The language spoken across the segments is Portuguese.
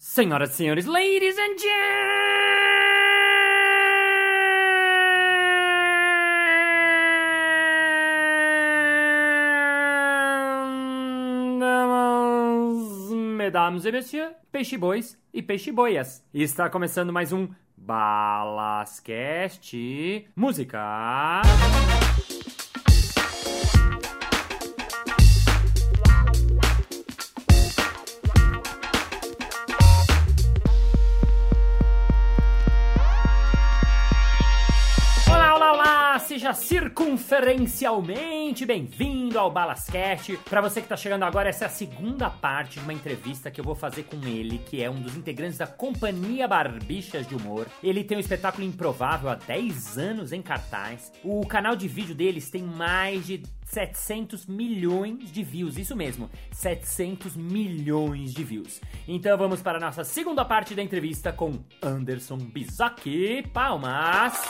Senhoras e senhores, ladies and gentlemen, mesdames et messieurs, peixe-bois e peixe-boias. Está começando mais um Balascast Música. Seja circunferencialmente bem-vindo ao Balascast. Para você que tá chegando agora, essa é a segunda parte de uma entrevista que eu vou fazer com ele, que é um dos integrantes da Companhia Barbichas de Humor. Ele tem um espetáculo improvável há 10 anos em cartaz. O canal de vídeo deles tem mais de 700 milhões de views, isso mesmo, 700 milhões de views. Então vamos para a nossa segunda parte da entrevista com Anderson Bizocchi. Palmas!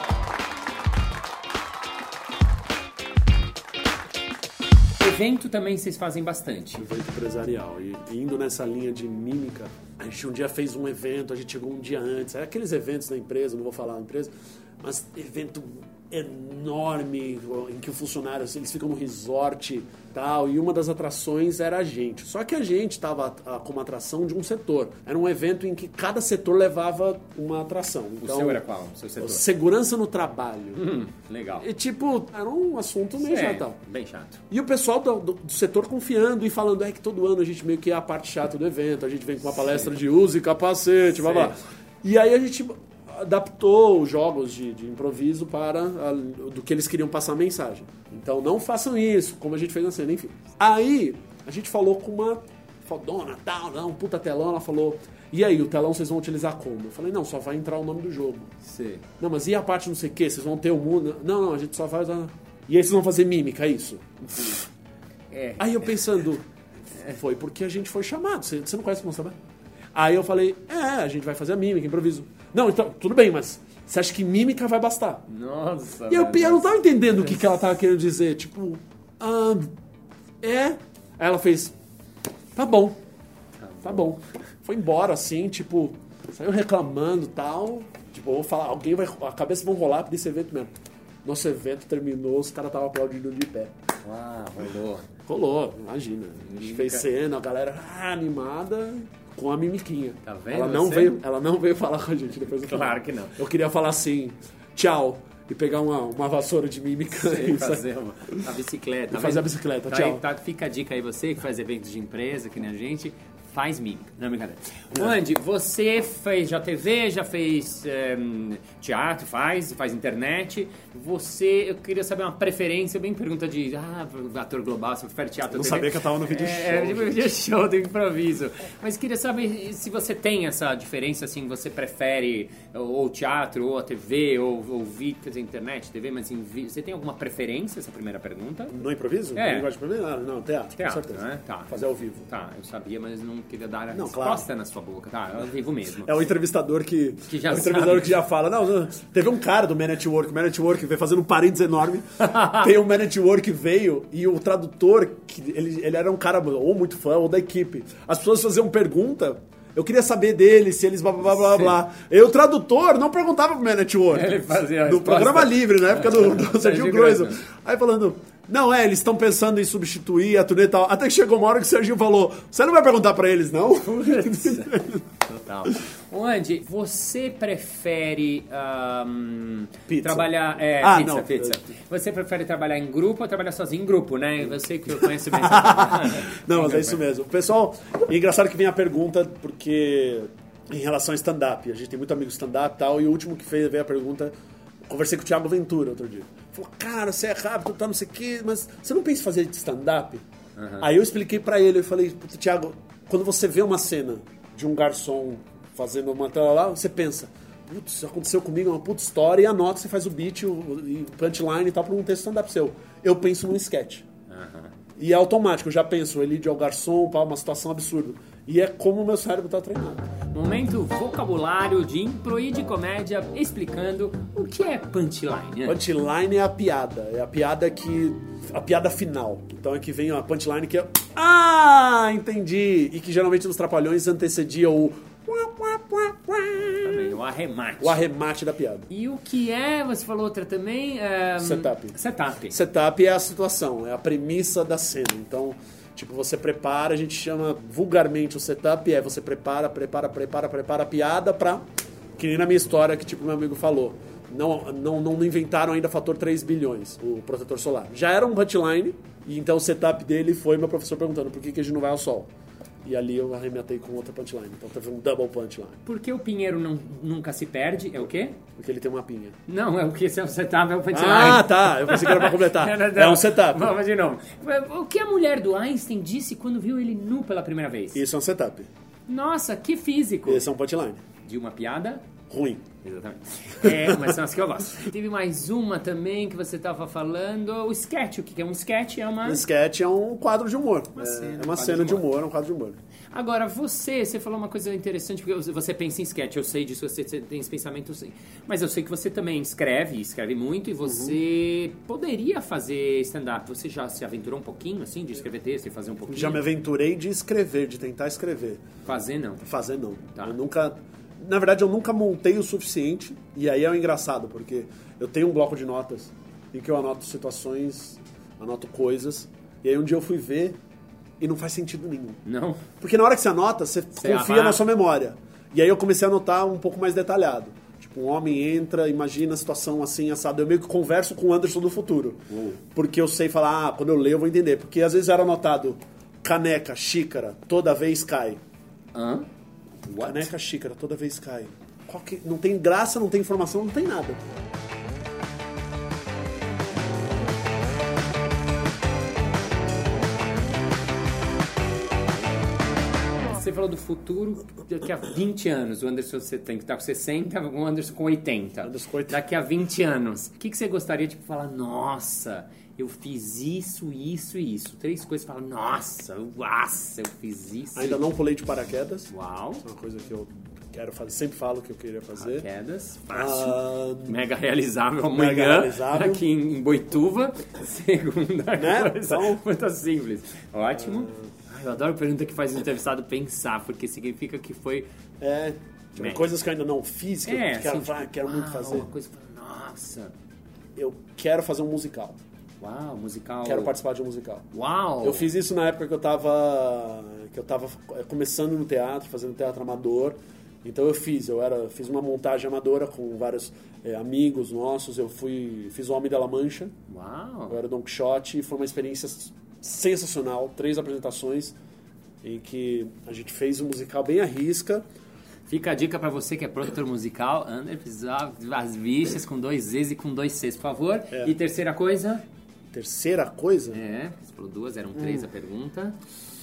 Evento também vocês fazem bastante. Evento empresarial. E indo nessa linha de mímica, a gente um dia fez um evento, a gente chegou um dia antes. É aqueles eventos da empresa, não vou falar da empresa, mas evento enorme, em que o funcionário, eles ficam no resort e tal, e uma das atrações era a gente. Só que a gente estava como atração de um setor. Era um evento em que cada setor levava uma atração. Então, o seu era qual? O seu setor? Segurança no trabalho. Legal. E tipo, era um assunto meio chato. Bem chato. E o pessoal do setor confiando e falando, que todo ano a gente meio que é a parte chata do evento, a gente vem com uma palestra de use capacete, blá blá. E aí a gente adaptou os jogos de improviso para do que eles queriam passar a mensagem. Então não façam isso, como a gente fez na cena, enfim. Aí a gente falou com uma fodona, tal, um puta telão, ela falou, e aí, o telão vocês vão utilizar como? Eu falei, não, só vai entrar o nome do jogo. Sim. Não, mas e a parte não sei o que? Vocês vão ter o mundo? Não, a gente só vai usar... E aí vocês vão fazer mímica, é isso? Aí eu pensando, foi porque a gente foi chamado, você não conhece como saber? Aí eu falei, a gente vai fazer a mímica, improviso. Não, então, tudo bem, mas você acha que mímica vai bastar? Nossa. E eu não tava entendendo o que ela tava querendo dizer. Tipo, Aí ela fez, tá bom. Foi embora, assim, tipo, saiu reclamando e tal. Tipo, eu vou falar, a cabeça vão rolar desse evento mesmo. Nosso evento terminou, os caras estavam aplaudindo de pé. Rolou, imagina. A gente fez cena, a galera animada com a mimiquinha. Tá vendo? Ela não veio falar com a gente depois do final. Claro que não. Eu queria falar assim, tchau, e pegar uma vassoura de mímica e fazer a bicicleta. Fazer a bicicleta, tchau. Fica a dica aí, você que faz eventos de empresa, que nem a gente, faz mímica. Não, brincadeira. Andy, você já TV, já fez teatro, faz internet. Eu queria saber uma preferência, bem pergunta de ator global, você prefere teatro ou TV? Não sabia que eu tava no vídeo show. Vídeo show do improviso. Mas queria saber se você tem essa diferença, assim, você prefere ou teatro, ou a TV, ou vídeo, quer dizer, internet, TV, mas assim, você tem alguma preferência, essa primeira pergunta? No improviso? É. Não gosto de improviso? Não, teatro, com certeza. Né? Tá. Fazer ao vivo. Tá, eu sabia, mas não queria dar a resposta claro. na sua boca. Tá, ao vivo mesmo. É o entrevistador que já fala. Não, teve um cara do Man Network. O Man Network veio fazendo um parênteses enorme. Tem um Man Network que veio e o tradutor, ele era um cara ou muito fã ou da equipe. As pessoas faziam pergunta. Eu queria saber dele, se eles blá blá blá blá. E o tradutor não perguntava pro Man Network. Ele fazia do programa livre, na época do Serginho Groisman. Aí falando, não, eles estão pensando em substituir a turnê e tal. Até que chegou uma hora que o Serginho falou, você não vai perguntar pra eles, não? Total. Andy, você prefere pizza. Trabalhar... pizza. Você prefere trabalhar em grupo ou trabalhar sozinho? Em grupo, né? Eu sei que eu conheço bem essa Não, mas é isso mesmo. Pessoal, é engraçado que vem a pergunta, porque em relação a stand-up, a gente tem muito amigo stand-up e tal, e o último que veio a pergunta, conversei com o Thiago Ventura outro dia. Falou, cara, você é rápido, tá não sei o quê, mas você não pensa em fazer stand-up? Aí eu expliquei pra ele, eu falei, Thiago, quando você vê uma cena de um garçom fazendo uma tela lá, você pensa, putz, aconteceu comigo, é uma puta história, e anota, você faz o beat, o punchline e tal, pra não ter stand-up seu. Eu penso num sketch. E é automático, eu já penso, ele é o garçom, uma situação absurda. E é como o meu cérebro tá treinado. Momento vocabulário de impro e de comédia, explicando o que é punchline. Punchline é a piada a piada final. Então é que vem a punchline que é, entendi, e que geralmente nos Trapalhões antecedia o o arremate. O arremate da piada. E o que é, você falou outra também? Setup. Setup. Setup é a situação, é a premissa da cena. Então, tipo, você prepara, a gente chama vulgarmente o setup, você prepara a piada pra... Que nem na minha história, que tipo, meu amigo falou. Não inventaram ainda fator 3 bilhões, o protetor solar. Já era um punchline, e então o setup dele foi meu professor perguntando por que a gente não vai ao sol. E ali eu arremetei com outra punchline. Então teve um double punchline. Por que o pinheiro nunca se perde? É o quê? Porque ele tem uma pinha. Não, é o que é o setup, é o punchline. Ah, tá. Eu pensei que era pra completar. É um setup. Vamos de novo. O que a mulher do Einstein disse quando viu ele nu pela primeira vez? Isso é um setup. Nossa, que físico. Esse é um punchline. De uma piada... Ruim. Exatamente. Mas são as que eu gosto. Teve mais uma também que você estava falando. O sketch. O que é um sketch? Um sketch é um quadro de humor. É uma cena de humor, é um quadro de humor. Agora, você falou uma coisa interessante, porque você pensa em sketch. Eu sei disso, você tem esse pensamento, sim. Mas eu sei que você também escreve muito, e você poderia fazer stand-up. Você já se aventurou um pouquinho, assim, de escrever texto e fazer um pouquinho? Já me aventurei de escrever, de tentar escrever. Fazer, não. Fazer, não. Tá. Eu nunca... Na verdade, eu nunca montei o suficiente, e aí é o engraçado, porque eu tenho um bloco de notas em que eu anoto situações, anoto coisas, e aí um dia eu fui ver e não faz sentido nenhum. Não? Porque na hora que você anota, você confia na sua memória. E aí eu comecei a anotar um pouco mais detalhado. Tipo, um homem entra, imagina a situação assim, assado. Eu meio que converso com o Anderson do futuro. Porque eu sei falar, quando eu ler eu vou entender. Porque às vezes era anotado caneca, xícara, toda vez cai. Hã? What? Caneca, xícara, toda vez cai. Não tem graça, não tem informação, não tem nada. Você falou do futuro, daqui a 20 anos. O Anderson você tem que estar com 60, o Anderson com 80. Daqui a 20 anos. O que você gostaria de falar? Nossa, eu fiz isso, isso e isso. 3 coisas que fala, nossa, eu fiz isso. Ainda não pulei de paraquedas. Uau. Isso é uma coisa que eu quero fazer, sempre falo que eu queria fazer. Paraquedas, fácil. Mega realizável amanhã. Mega realizável. Aqui em Boituva. Segunda coisa. Então, muito simples. Ótimo. Eu adoro pergunta que faz o entrevistado pensar, porque significa que foi... tipo, coisas que eu ainda não fiz, que eu quero muito fazer. Uma coisa que nossa... Eu quero fazer um musical. Uau, musical... Quero participar de um musical. Uau! Eu fiz isso na época que eu tava começando no teatro, fazendo teatro amador. Então eu fiz uma montagem amadora com vários amigos nossos. Eu fiz o Homem da La Mancha. Uau! Eu era o Don Quixote e foi uma experiência sensacional. 3 apresentações em que a gente fez um musical bem à risca. Fica a dica pra você que é produtor musical, Anderson, as bichas com 2 Z's e com 2 C's, por favor. E terceira coisa? Terceira coisa? Você falou 2, eram 3 a pergunta.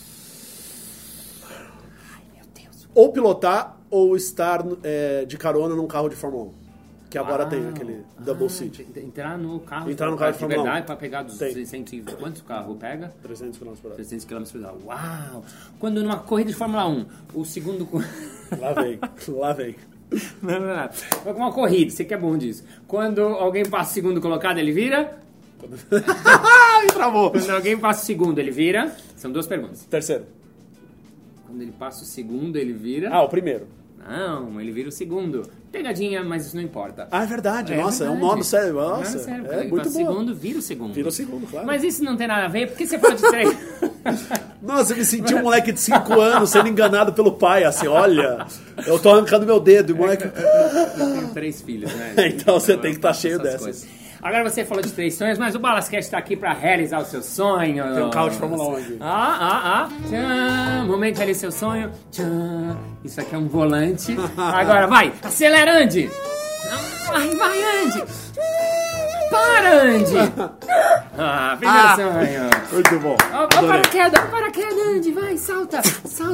Ai, meu Deus. Ou pilotar ou estar de carona num carro de Fórmula 1. Que agora tem aquele double seat. Entrar no carro de Fórmula 1. Verdade, pra pegar dos 600 e quantos carros pega? 300 km por hora. 300 km por hora. Uau! Quando numa corrida de Fórmula 1, o segundo... Lá vem. Não. Uma corrida, você que é bom disso. Quando alguém passa o segundo colocado, ele vira? Me travou. Quando alguém passa o segundo, ele vira? São 2 perguntas. Terceiro. Quando ele passa o segundo, ele vira? O primeiro. Não, ele vira o segundo. Pegadinha, mas isso não importa. É verdade. Nossa, é um modo sério. Nossa, é muito bom. Segundo, vira o segundo. Vira o segundo, claro. Mas isso não tem nada a ver, por que você falou de 3? Nossa, eu me senti um moleque de 5 anos sendo enganado pelo pai, assim, olha, eu tô arrancando meu dedo, e o moleque... Eu tenho 3 filhos, né? Então você tem que estar cheio dessas. Coisas. Agora você falou de 3 sonhos, mas o Balascast está aqui para realizar o seu sonho. Tem um carro de Fórmula 1 aqui. Tchan, momento ali seu sonho. Tchan, isso aqui é um volante. Agora vai, acelera, Andy. Vai, Andy. Para, Andy. Primeiro sonho. Muito bom. Paraquedas, Andy, vai, salta. Seu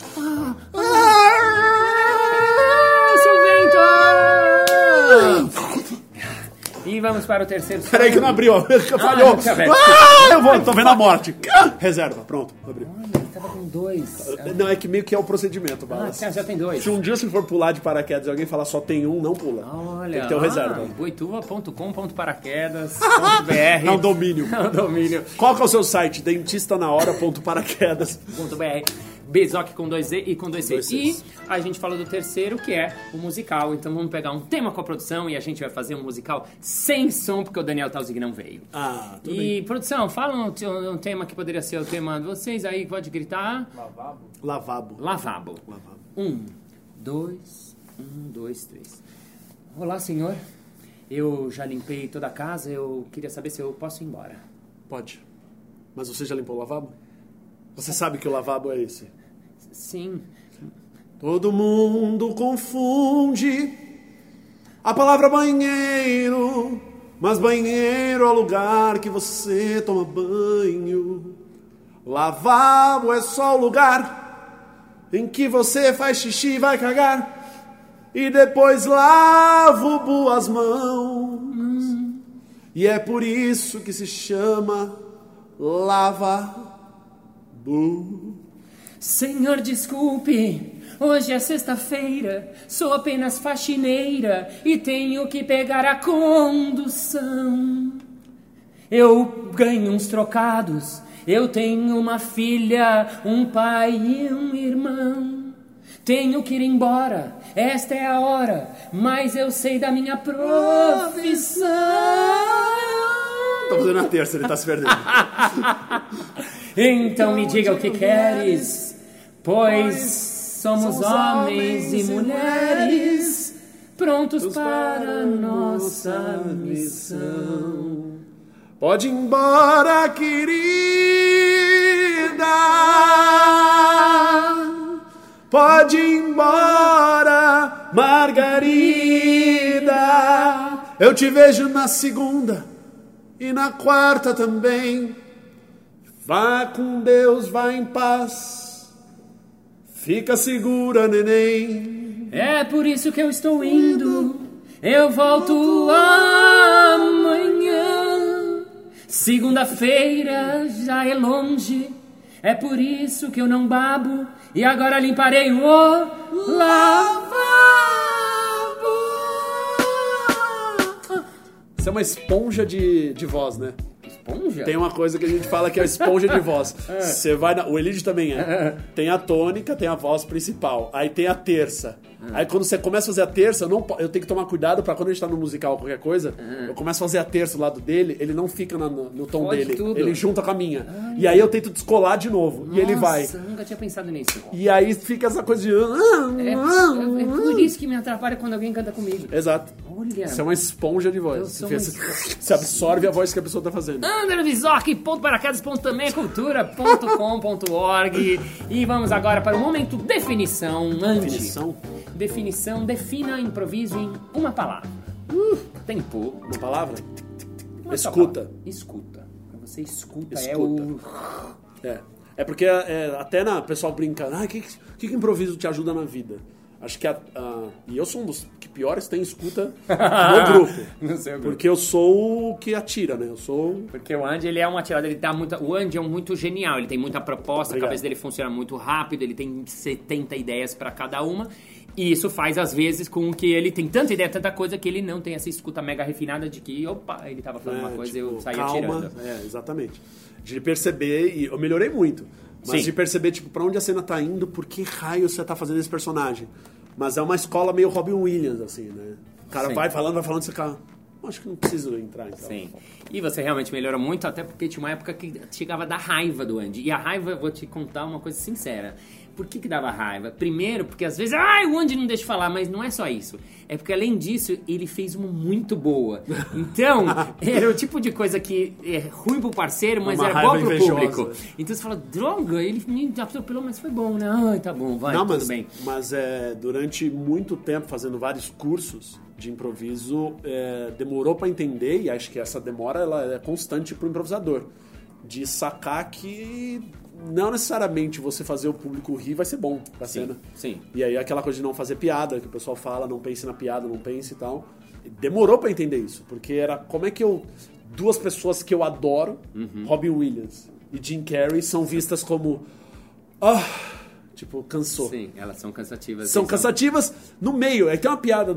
vento. E vamos para o terceiro sonho. Peraí que não abriu, falhou. Eu tô vendo a morte. Reserva, pronto, abriu. Olha, tava com 2. Não, é que meio que é o procedimento, Balas. Já tem 2. Se um dia você for pular de paraquedas e alguém falar só tem um, não pula. Olha, tem que ter o reserva. boituva.com.paraquedas.br. É um domínio. É um domínio. Qual que é o seu site? dentistanaHora.paraquedas.br. Bezoc com 2Z e com 2C. Dois E Cs. a gente falou do terceiro, que é o musical. Então vamos pegar um tema com a produção e a gente vai fazer um musical sem som, porque o Daniel Tauzig não veio. Ah, tudo E, bem. produção, fala um tema que poderia ser o tema de vocês aí, pode gritar. Lavabo. Lavabo. 1, 2, 3. Olá, senhor. Eu já limpei toda a casa, eu queria saber se eu posso ir embora. Pode. Mas você já limpou o lavabo? Você sabe que o lavabo é esse? Sim. Todo mundo confunde a palavra banheiro, mas banheiro é o lugar que você toma banho. Lavabo é só o lugar em que você faz xixi e vai cagar. E depois lavo as mãos. E é por isso que se chama lavabo. Senhor, desculpe, hoje é sexta-feira, sou apenas faxineira e tenho que pegar a condução. Eu ganho uns trocados, eu tenho uma filha, um pai e um irmão. Tenho que ir embora, esta é a hora, mas eu sei da minha profissão. Tô fazendo a terça, ele tá se perdendo. Então me diga o que queres, pois somos homens e mulheres prontos para a nossa missão. Pode ir embora, querida. Pode ir embora, Margarida. Eu te vejo na segunda e na quarta também. Vá com Deus, vá em paz. Fica segura, neném. É por isso que eu estou indo. Eu volto amanhã. Segunda-feira já é longe. É por isso que eu não babo. E agora limparei o lavabo. Você é uma esponja de voz, né? Esponja? Tem uma coisa que a gente fala que é a esponja de voz. Você vai o Elidio também é. Tem a tônica, tem a voz principal. Aí tem a terça. Aí quando você começa a fazer a terça, eu tenho que tomar cuidado pra quando a gente tá no musical ou qualquer coisa, eu começo a fazer a terça do lado dele, ele não fica no tom Fode dele. tudo. Ele junta com a minha. E aí eu tento descolar de novo. E ele vai. Nossa, eu nunca tinha pensado nisso. E aí fica essa coisa de... É por isso que me atrapalha quando alguém canta comigo. Exato. Olha. Você é uma esponja de voz. Eu sou Você absorve a voz que a pessoa tá fazendo. Andervisoc.paraquedas.cultura.com.org. E vamos agora para o momento definição. Definição, defina improviso em uma palavra. Tempo. Uma palavra? Uma Escuta. palavra. Escuta. Quando você escuta, é Escuta. o... É porque até o pessoal brinca, o que improviso te ajuda na vida? Acho que e eu sou um dos que piores tem escuta no grupo. No seu grupo. Porque eu sou o que atira, né? Eu sou... Porque o Andy, ele é um atirador, o Andy é muito genial, ele tem muita proposta, Obrigado. a cabeça dele funciona muito rápido, ele tem 70 ideias pra cada uma, e isso faz, às vezes, com que ele tem tanta ideia, tanta coisa, que ele não tem essa escuta mega refinada de que, opa, ele tava falando uma coisa e eu saí atirando. Exatamente. De perceber, e eu melhorei muito, mas Sim. de perceber, tipo, pra onde a cena tá indo, por que raio você tá fazendo esse personagem. Mas é uma escola meio Robin Williams, assim, né? O cara Sim. vai falando, você fica... Acho que não preciso entrar, então. Sim. E você realmente melhorou muito, até porque tinha uma época que chegava da raiva do Andy. E a raiva, eu vou te contar uma coisa sincera. Por que dava raiva? Primeiro, porque às vezes, o Andy não deixa eu falar, mas não é só isso. É porque, além disso, ele fez uma muito boa. Então, era o tipo de coisa que é ruim pro parceiro, mas Uma era bom raiva pro invejosa. público. Então você fala, droga, ele me atropelou, mas foi bom, né? Ai, tá bom, vai, Não, tudo bem. mas durante muito tempo, fazendo vários cursos de improviso, demorou pra entender, e acho que essa demora ela é constante pro improvisador, de sacar que não necessariamente você fazer o público rir vai ser bom pra cena. Sim. E aí aquela coisa de não fazer piada, que o pessoal fala, não pense na piada, não pense e tal. Demorou pra entender isso, porque era como é que duas pessoas que eu adoro, Robin Williams e Jim Carrey, são vistas como... tipo, cansou. Sim, elas são cansativas. São cansativas no meio. Tem uma piada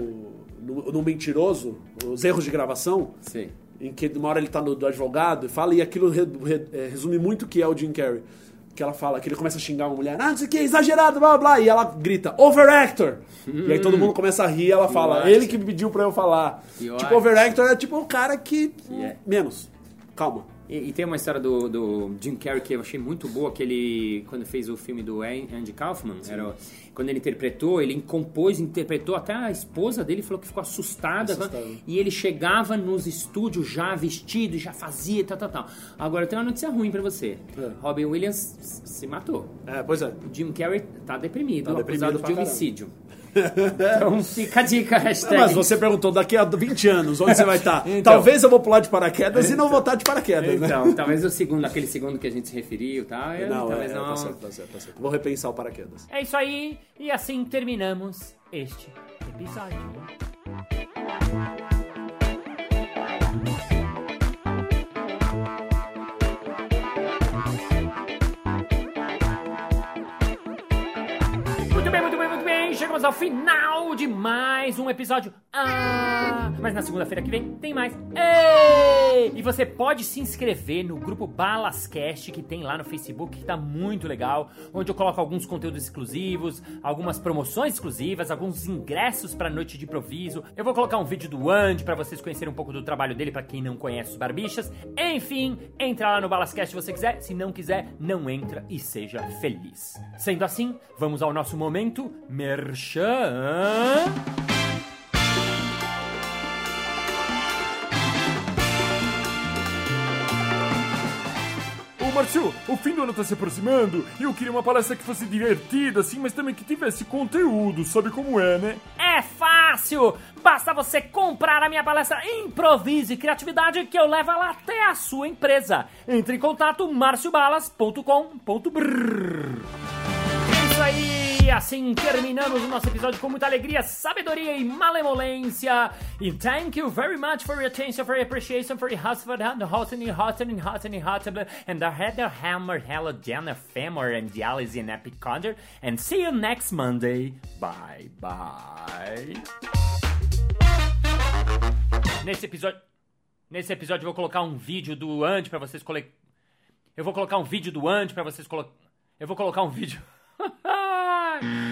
no Mentiroso, os erros de gravação, Sim. em que uma hora ele tá do advogado e fala, e aquilo resume muito o que é o Jim Carrey. que ela fala, que ele começa a xingar uma mulher, não sei o que, exagerado, blá, blá, blá, e ela grita, overactor! E aí todo mundo começa a rir e ela fala, ele que me pediu pra eu falar. Tipo, overactor é tipo um cara que... Menos. Calma. E tem uma história do Jim Carrey que eu achei muito boa, que ele, quando fez o filme do Andy Kaufman, quando ele interpretou, até a esposa dele falou que ficou assustada. E ele chegava nos estúdios já vestido, já fazia, tal. Agora tem uma notícia ruim pra você. Robin Williams se matou. Pois é. O Jim Carrey tá deprimido acusado de homicídio. Então fica a dica, hashtag. Mas você perguntou, daqui a 20 anos, onde você vai estar? Então, talvez eu vou pular de paraquedas e não vou estar de paraquedas, né? Então, talvez aquele segundo que a gente se referiu, tá? Talvez não. Tá certo. Vou repensar o paraquedas. É isso aí, e assim terminamos este episódio. Muito bem, chegamos ao final de mais um episódio. Mas na segunda-feira que vem tem mais. E você pode se inscrever no grupo Balascast que tem lá no Facebook, que tá muito legal, onde eu coloco alguns conteúdos exclusivos, algumas promoções exclusivas, alguns ingressos pra noite de improviso. Eu vou colocar um vídeo do Andy pra vocês conhecerem um pouco do trabalho dele, pra quem não conhece os Barbichas. Enfim, entra lá no Balascast se você quiser. Se não quiser, não entra e seja feliz. Sendo assim, vamos ao nosso momento Merchan. Ô Márcio, o fim do ano tá se aproximando e eu queria uma palestra que fosse divertida, assim, mas também que tivesse conteúdo, sabe como é, né? É fácil! Basta você comprar a minha palestra Improvise Criatividade que eu levo ela até a sua empresa. Entre em contato marciobalas.com.br. É isso aí! Assim terminamos o nosso episódio com muita alegria, sabedoria e malemolência. E thank you very much for your attention, for your appreciation, for your husband, and the header hammer, hello, Jenna, Femor, and Dialysis and Epic Conjure. And see you next Monday. Bye, bye. Nesse episódio eu vou colocar um vídeo do Andy pra vocês Eu vou colocar um vídeo do Andy pra vocês Eu vou colocar um vídeo...